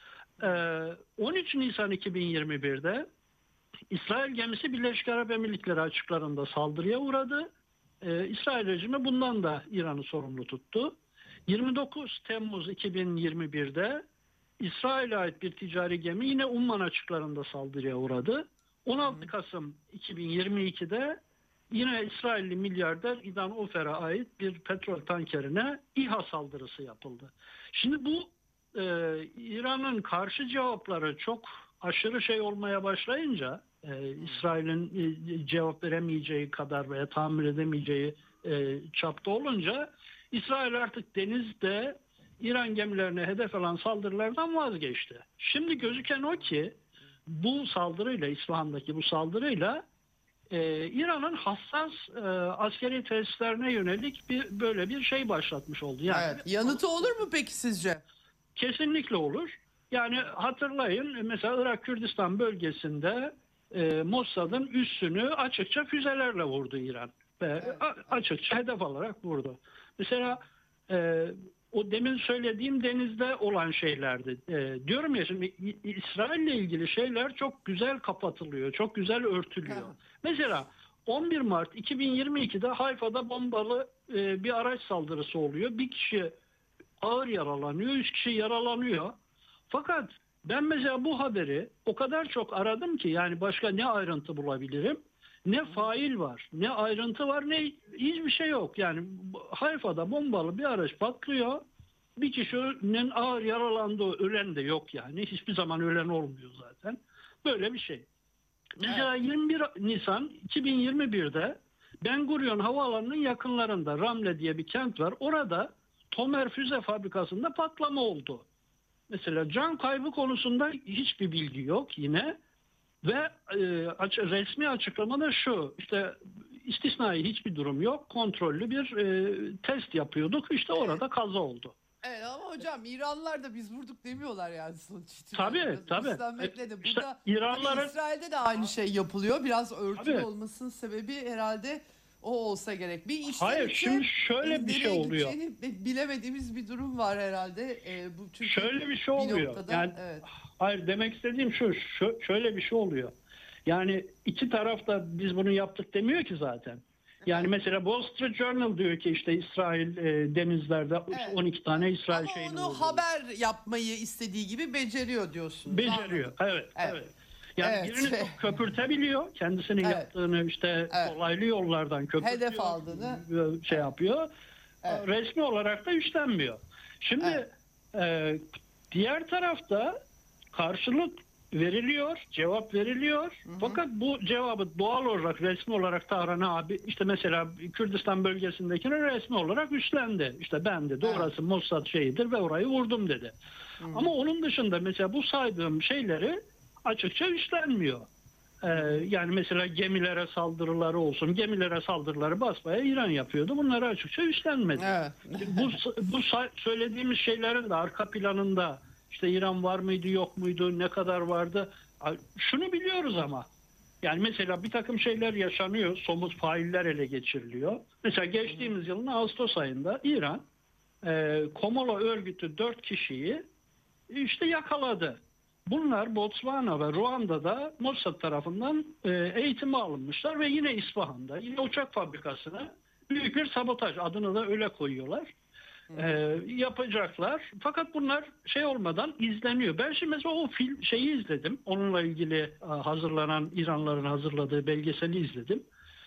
on üç Nisan iki bin yirmi birde İsrail gemisi Birleşik Arap Emirlikleri açıklarında saldırıya uğradı. Ee, İsrail rejimi bundan da İran'ı sorumlu tuttu. yirmi dokuz Temmuz iki bin yirmi birde İsrail'e ait bir ticari gemi yine Umman açıklarında saldırıya uğradı. on altı Kasım iki bin yirmi ikide yine İsrailli milyarder İdan Ofer'e ait bir petrol tankerine İHA saldırısı yapıldı. Şimdi bu e, İran'ın karşı cevapları çok aşırı şey olmaya başlayınca e, İsrail'in e, cevap veremeyeceği kadar veya tahammül edemeyeceği e, çapta olunca İsrail artık denizde İran gemilerine hedef alan saldırılardan vazgeçti. Şimdi gözüken o ki bu saldırıyla, İsfahan'daki bu saldırıyla Ee, İran'ın hassas e, askeri tesislerine yönelik bir böyle bir şey başlatmış oldu. Yani Evet. Yanıtı olur mu peki sizce? kesinlikle olur. Yani hatırlayın mesela Irak Kürdistan bölgesinde e, Mossad'ın üssünü açıkça füzelerle vurdu İran ve Evet. a- açıkça hedef alarak vurdu. Mesela e, o demin söylediğim denizde olan şeylerdi. E, diyorum ya şimdi İ- İsrail'le ilgili şeyler çok güzel kapatılıyor, çok güzel örtülüyor. Evet. Mesela on bir Mart iki bin yirmi ikide Hayfa'da bombalı e, bir araç saldırısı oluyor. Bir kişi ağır yaralanıyor, üç kişi yaralanıyor. Fakat ben mesela bu haberi o kadar çok aradım ki yani başka ne ayrıntı bulabilirim? Ne fail var, ne ayrıntı var, ne hiçbir şey yok. Yani Hayfa'da bombalı bir araç patlıyor. Bir kişinin ağır yaralandığı, ölen de yok yani. Hiçbir zaman ölen olmuyor zaten. Böyle bir şey. Mesela yirmi bir Nisan iki bin yirmi birde Ben Gurion Havaalanı'nın yakınlarında Ramle diye bir kent var. Orada Tomer Füze Fabrikası'nda patlama oldu. Mesela can kaybı konusunda hiçbir bilgi yok yine. Ve e, aç, resmi açıklamada şu, işte istisnai hiçbir durum yok. Kontrollü bir e, test yapıyorduk. İşte orada kaza oldu. Evet ama hocam İranlılar da biz vurduk demiyorlar yani sonuç Tabii, itibariyle. tabii. İstenmekle de. İşte Burada İranlıların- hani İsrail'de de aynı şey yapılıyor. Biraz örtülü Tabii. olmasının sebebi herhalde o olsa gerek. Bir işler Hayır, için, şimdi şöyle e, bir şey nereye oluyor. gideceğini bi- bilemediğimiz bir durum var herhalde. E, bu çünkü Şöyle bir şey bir oluyor. noktada, Yani evet. hayır, demek istediğim şu, şu şöyle bir şey oluyor. Yani iki taraf da biz bunu yaptık demiyor ki zaten. Yani mesela Wall Street Journal diyor ki işte İsrail e, denizlerde Evet. on iki tane İsrail Ama şeyini onu vurdu. haber yapmayı istediği gibi beceriyor diyorsunuz. Beceriyor. Anladım. Evet, Evet. evet. Yani Evet. birini çok köpürtebiliyor. Kendisinin Evet. yaptığını işte Evet. dolaylı yollardan köpürtüyor. Hedef aldığını. şey yapıyor. Evet. Resmi olarak da üstlenmiyor. Şimdi e, diğer tarafta karşılık veriliyor, cevap veriliyor. Hı hı. Fakat bu cevabı doğal olarak, resmi olarak Tahran abi işte mesela Kürdistan bölgesindekini resmi olarak üstlendi. İşte ben dedi Evet. orası Mossad şeyidir ve orayı vurdum dedi. Hı. Ama onun dışında mesela bu saydığım şeyleri açıkça üstlenmiyor. Ee, yani mesela gemilere saldırıları olsun, gemilere saldırıları basmaya İran yapıyordu. Bunları açıkça üstlenmedi. Evet. bu bu say- söylediğimiz şeylerin de arka planında işte İran var mıydı, yok muydu, ne kadar vardı? Şunu biliyoruz ama. Yani mesela bir takım şeyler yaşanıyor, somut failler ele geçiriliyor. Mesela geçtiğimiz yılın Ağustos ayında İran e, Komolo örgütü dört kişiyi işte yakaladı. Bunlar Botswana ve Ruanda'da Mossad tarafından e, eğitime alınmışlar ve yine İsfahan'da, yine uçak fabrikasına büyük bir sabotaj, adını da öyle koyuyorlar. Ee, yapacaklar. Fakat bunlar şey olmadan izleniyor. Ben şimdi mesela o film şeyi izledim. Onunla ilgili e, hazırlanan İranlıların hazırladığı belgeseli izledim.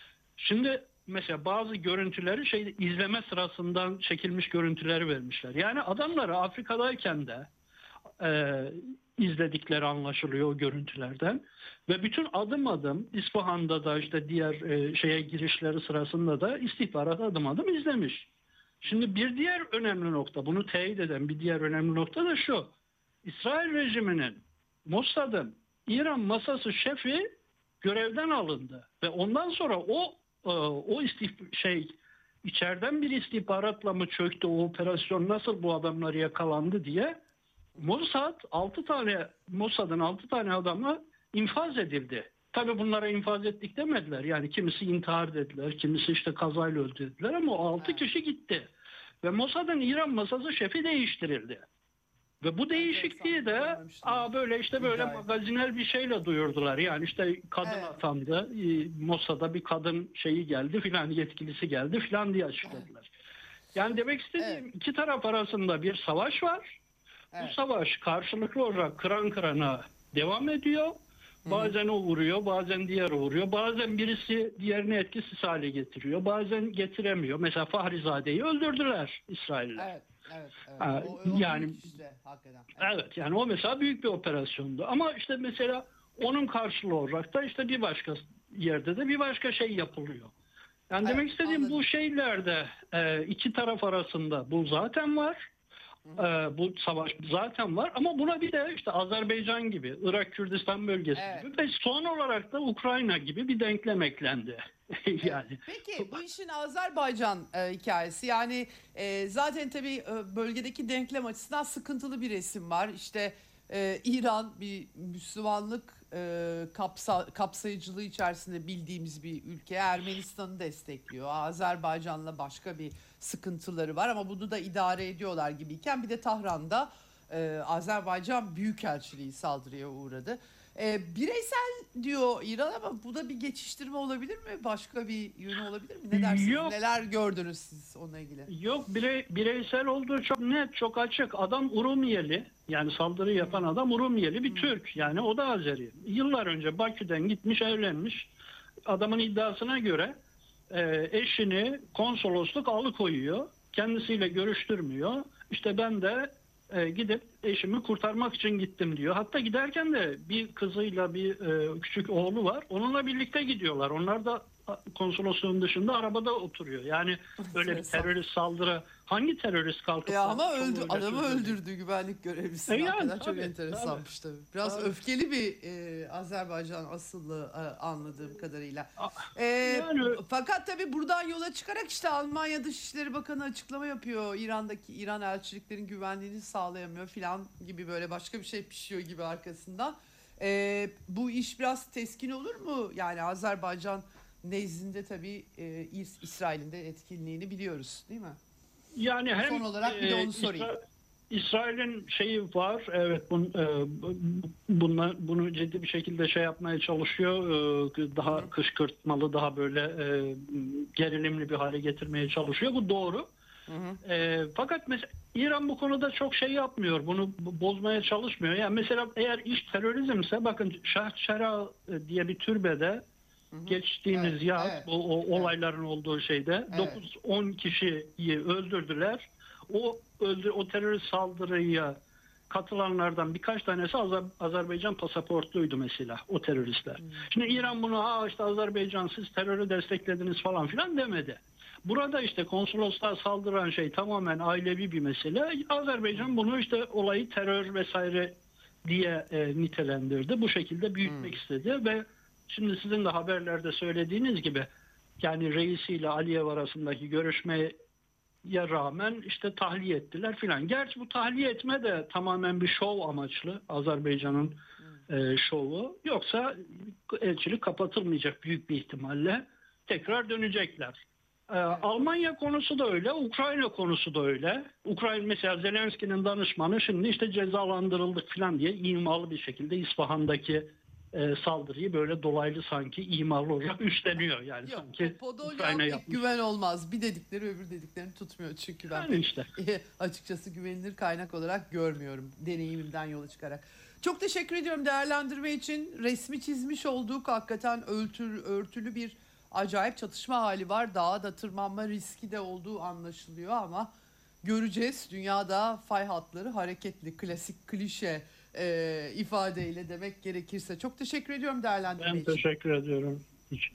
Şimdi mesela bazı görüntüleri şey izleme sırasından çekilmiş görüntüleri vermişler. Yani adamları Afrika'dayken de e, izledikleri anlaşılıyor o görüntülerden ve bütün adım adım İsfahan'da da işte diğer e, şeye girişleri sırasında da istihbarat adım adım izlemiş. Şimdi bir diğer önemli nokta, bunu teyit eden bir diğer önemli nokta da şu: İsrail rejiminin, Mossad'ın İran masası şefi görevden alındı ve ondan sonra o o istih şey içeriden bir istihbaratla mı çöktü, o operasyon nasıl bu adamlar yakalandı diye Mossad altı tane Mossad'ın altı tane adamı infaz edildi. Tabii bunlara infaz ettik demediler. Yani kimisi intihar dediler, kimisi işte kazayla öldü dediler ama o altı kişi gitti. Ve Mossad'ın İran masası şefi değiştirildi. Ve bu değişikliği de aa böyle işte böyle magazinel bir şeyle duyurdular. Yani işte kadın evet. atandı, Mossad'a bir kadın şeyi geldi filan, yetkilisi geldi filan diye açıkladılar. Yani demek istediğim evet. iki taraf arasında bir savaş var. Evet. Bu savaş karşılıklı olarak kıran kırana devam ediyor. Bazen o vuruyor, bazen diğer vuruyor. Bazen birisi diğerini etkisiz hale getiriyor. Bazen getiremiyor. Mesela Fahrizade'yi öldürdüler İsrailler. Evet, evet. evet. Ha, o, o yani işte, hakikaten. Evet. evet, yani o mesela büyük bir operasyondu. Ama işte mesela onun karşılığı olarak da işte bir başka yerde de bir başka şey yapılıyor. Yani evet, demek istediğim anladım. Bu şeylerde iki taraf arasında bu zaten var. Ee, bu savaş zaten var ama buna bir de işte Azerbaycan gibi, Irak Kürdistan bölgesi evet. gibi ve son olarak da Ukrayna gibi bir denklem eklendi. yani. Peki bu işin Azerbaycan e, hikayesi, yani e, zaten tabii e, bölgedeki denklem açısından sıkıntılı bir resim var. İşte e, İran bir Müslümanlık e, kapsa, kapsayıcılığı içerisinde bildiğimiz bir ülke. Ermenistan'ı destekliyor. Azerbaycan'la başka bir sıkıntıları var ama bunu da idare ediyorlar gibiyken bir de Tahran'da e, Azerbaycan Büyükelçiliği saldırıya uğradı. E, bireysel diyor İran ama bu da bir geçiştirme olabilir mi? Başka bir yönü olabilir mi? Ne dersiniz? Yok. Neler gördünüz siz onunla ilgili? Yok, birey, bireysel olduğu çok net, çok açık. Adam Urumiyeli, yani saldırı yapan adam Urumiyeli bir hmm. Türk. Yani o da Azeri. Yıllar önce Bakü'den gitmiş, evlenmiş. Adamın iddiasına göre e, eşini konsolosluk alıkoyuyor. Kendisiyle görüştürmüyor. İşte ben de e, gidip eşimi kurtarmak için gittim diyor. Hatta giderken de bir kızıyla bir e, küçük oğlu var. Onunla birlikte gidiyorlar. Onlar da konsolosluğun dışında arabada oturuyor. Yani böyle bir terörist saldırı, hangi terörist kalkıp... Ya ama öldü, adamı öldürdü güvenlik görevlisi. E yani, tabii, çok enteresanmış tabii. tabii. Biraz tabii. öfkeli bir e, Azerbaycan asıllı e, anladığım kadarıyla. E, yani, fakat tabii buradan yola çıkarak işte Almanya Dışişleri Bakanı açıklama yapıyor. İran'daki İran elçiliklerin güvenliğini sağlayamıyor filan gibi, böyle başka bir şey pişiyor gibi arkasından. E, bu iş biraz teskin olur mu? Yani Azerbaycan nezdinde tabii e, İsrail'in de etkinliğini biliyoruz değil mi? Yani hem son olarak bir de onu sorayım. İsra- İsrail'in şeyi var, evet, bun, e, bunlar, bunu ciddi bir şekilde şey yapmaya çalışıyor, e, daha Hı. kışkırtmalı, daha böyle e, gerilimli bir hale getirmeye çalışıyor. Bu doğru. Hı hı. E, fakat mesela İran bu konuda çok şey yapmıyor, bunu bozmaya çalışmıyor. Yani mesela eğer iş terörizmse, bakın Şah Şera diye bir türbede Hı hı. geçtiğimiz evet, yaz evet, o, o olayların evet. olduğu şeyde evet. dokuz on kişiyi öldürdüler. O öldür o terörist saldırıya katılanlardan birkaç tanesi Azer, Azerbaycan pasaportluydu mesela, o teröristler. Hı. Şimdi İran bunu ha işte Azerbaycan siz terörü desteklediniz falan filan demedi. Burada işte konsolosluğa saldıran şey tamamen ailevi bir mesele. Azerbaycan bunu işte olayı terör vesaire diye e, nitelendirdi. Bu şekilde büyütmek Hı. istedi ve şimdi sizin de haberlerde söylediğiniz gibi yani reisiyle Aliyev arasındaki görüşmeye rağmen işte tahliye ettiler filan. Gerçi bu tahliye etme de tamamen bir şov amaçlı, Azerbaycan'ın e, şovu. Yoksa elçilik kapatılmayacak büyük bir ihtimalle. Tekrar dönecekler. Ee, Almanya konusu da öyle, Ukrayna konusu da öyle. Ukrayna mesela Zelenski'nin danışmanı şimdi işte cezalandırıldık filan diye imalı bir şekilde İsfahan'daki e, saldırıyı böyle dolaylı sanki imalı olarak üstleniyor. Yani Yok, sanki Podolya Ukrayna pek yapmış. güven olmaz. Bir dedikleri öbür dediklerini tutmuyor. Çünkü ben Yani pek işte. açıkçası güvenilir kaynak olarak görmüyorum. Deneyimimden yola çıkarak. Çok teşekkür ediyorum değerlendirme için. Resmi çizmiş olduk. Hakikaten örtülü, örtülü bir acayip çatışma hali var. Dağa da tırmanma riski de olduğu anlaşılıyor ama göreceğiz. Dünyada fay hatları hareketli. Klasik klişe e, ifadeyle demek gerekirse. Çok teşekkür ediyorum değerlendirme Ben için. teşekkür ediyorum. Hiç.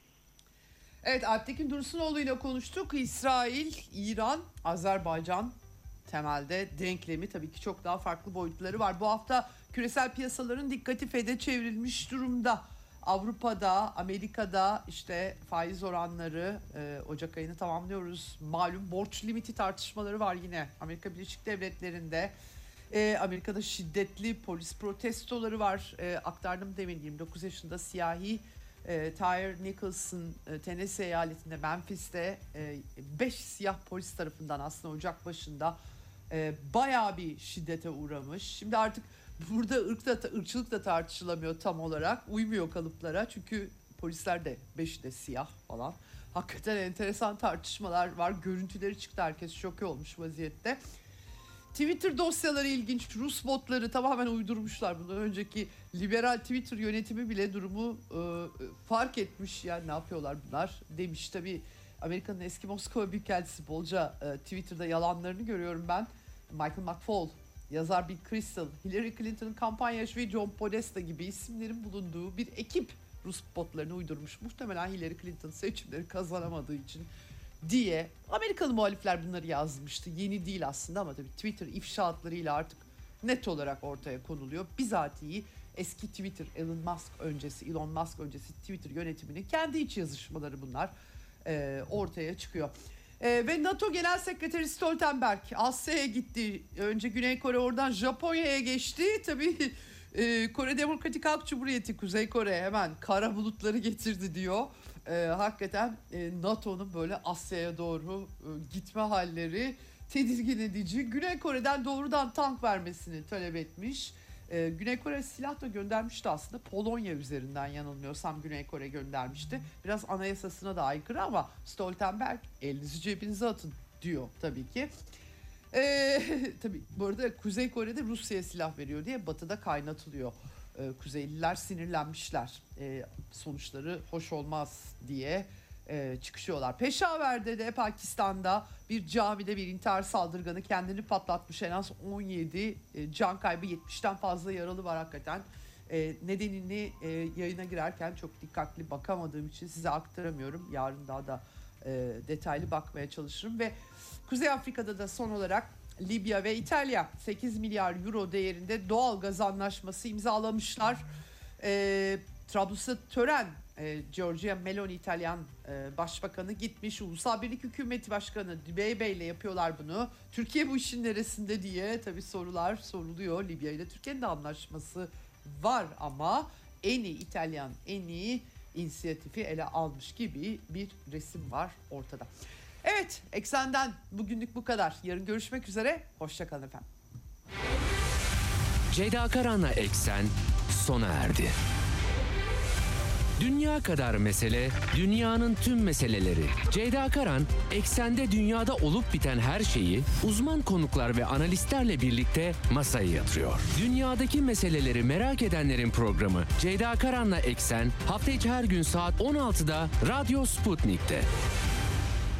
Evet, Alptekin Dursunoğlu ile konuştuk. İsrail, İran, Azerbaycan temelde denklemi, tabii ki çok daha farklı boyutları var. Bu hafta küresel piyasaların dikkati F E D'e çevrilmiş durumda. Avrupa'da, Amerika'da işte faiz oranları, e, Ocak ayını tamamlıyoruz. Malum borç limiti tartışmaları var yine Amerika Birleşik Devletleri'nde. E, Amerika'da şiddetli polis protestoları var. E, aktardım demin, yirmi dokuz yaşında siyahi e, Tyre Nicholson, e, Tennessee eyaletinde Memphis'te beş siyah polis tarafından aslında Ocak başında e, bayağı bir şiddete uğramış. Şimdi artık burada ırk da, ırkçılık da tartışılamıyor tam olarak. Uymuyor kalıplara çünkü polisler de beşi de siyah falan. Hakikaten enteresan tartışmalar var. Görüntüleri çıktı, herkes şoke olmuş vaziyette. Twitter dosyaları ilginç. Rus botları tamamen uydurmuşlar. Bundan önceki liberal Twitter yönetimi bile durumu e, fark etmiş. Yani ne yapıyorlar bunlar demiş. Tabii Amerika'nın eski Moskova Büyükelçisi bolca e, Twitter'da yalanlarını görüyorum ben. Michael McFaul, yazar Bill Kristol, Hillary Clinton'ın kampanya eşi John Podesta gibi isimlerin bulunduğu bir ekip Rus botlarını uydurmuş. Muhtemelen Hillary Clinton seçimleri kazanamadığı için diye Amerikalı muhalifler bunları yazmıştı. Yeni değil aslında ama tabii Twitter ifşaatlarıyla artık net olarak ortaya konuluyor. Bizatihi eski Twitter, Elon Musk öncesi, Elon Musk öncesi Twitter yönetiminin kendi iç yazışmaları bunlar e, ortaya çıkıyor. E, ve NATO Genel Sekreteri Stoltenberg Asya'ya gitti. Önce Güney Kore, oradan Japonya'ya geçti. Tabii e, Kore Demokratik Halk Cumhuriyeti, Kuzey Kore hemen kara bulutları getirdi diyor. E, hakikaten e, NATO'nun böyle Asya'ya doğru e, gitme halleri tedirgin edici. Güney Kore'den doğrudan tank vermesini talep etmiş. E, Güney Kore silah da göndermişti aslında. Polonya üzerinden yanılmıyorsam Güney Kore göndermişti. Biraz anayasasına da aykırı ama Stoltenberg elinizi cebinize atın diyor tabii ki. E, tabii bu arada Kuzey Kore'de Rusya'ya silah veriyor diye Batı'da kaynatılıyor. E, Kuzeyliler sinirlenmişler. E, sonuçları hoş olmaz diye e, çıkışıyorlar. Peşaver'de de Pakistan'da bir camide bir intihar saldırganı kendini patlatmış. En az on yedi e, can kaybı, yetmişten fazla yaralı var hakikaten. E, nedenini e, yayına girerken çok dikkatli bakamadığım için size aktaramıyorum. Yarın daha da e, detaylı bakmaya çalışırım. Ve Kuzey Afrika'da da son olarak Libya ve İtalya sekiz milyar euro değerinde doğal gaz anlaşması imzalamışlar. E, Trablus'ta tören, e, Giorgia Meloni İtalyan e, Başbakanı gitmiş. Ulusal Birlik Hükümeti Başkanı Dibey ile yapıyorlar bunu. Türkiye bu işin neresinde diye tabii sorular soruluyor. Libya ile Türkiye'nin de anlaşması var ama en iyi İtalyan, en iyi inisiyatifi ele almış gibi bir resim var ortada. Evet, Eksen'den bugünlük bu kadar. Yarın görüşmek üzere. Hoşça kalın efendim. Ceyda Karan'la Eksen sona erdi. Dünya kadar mesele, dünyanın tüm meseleleri. Ceyda Karan, Eksen'de dünyada olup biten her şeyi uzman konuklar ve analistlerle birlikte masaya yatırıyor. Dünyadaki meseleleri merak edenlerin programı Ceyda Karan'la Eksen hafta içi her gün saat on altıda Radyo Sputnik'te.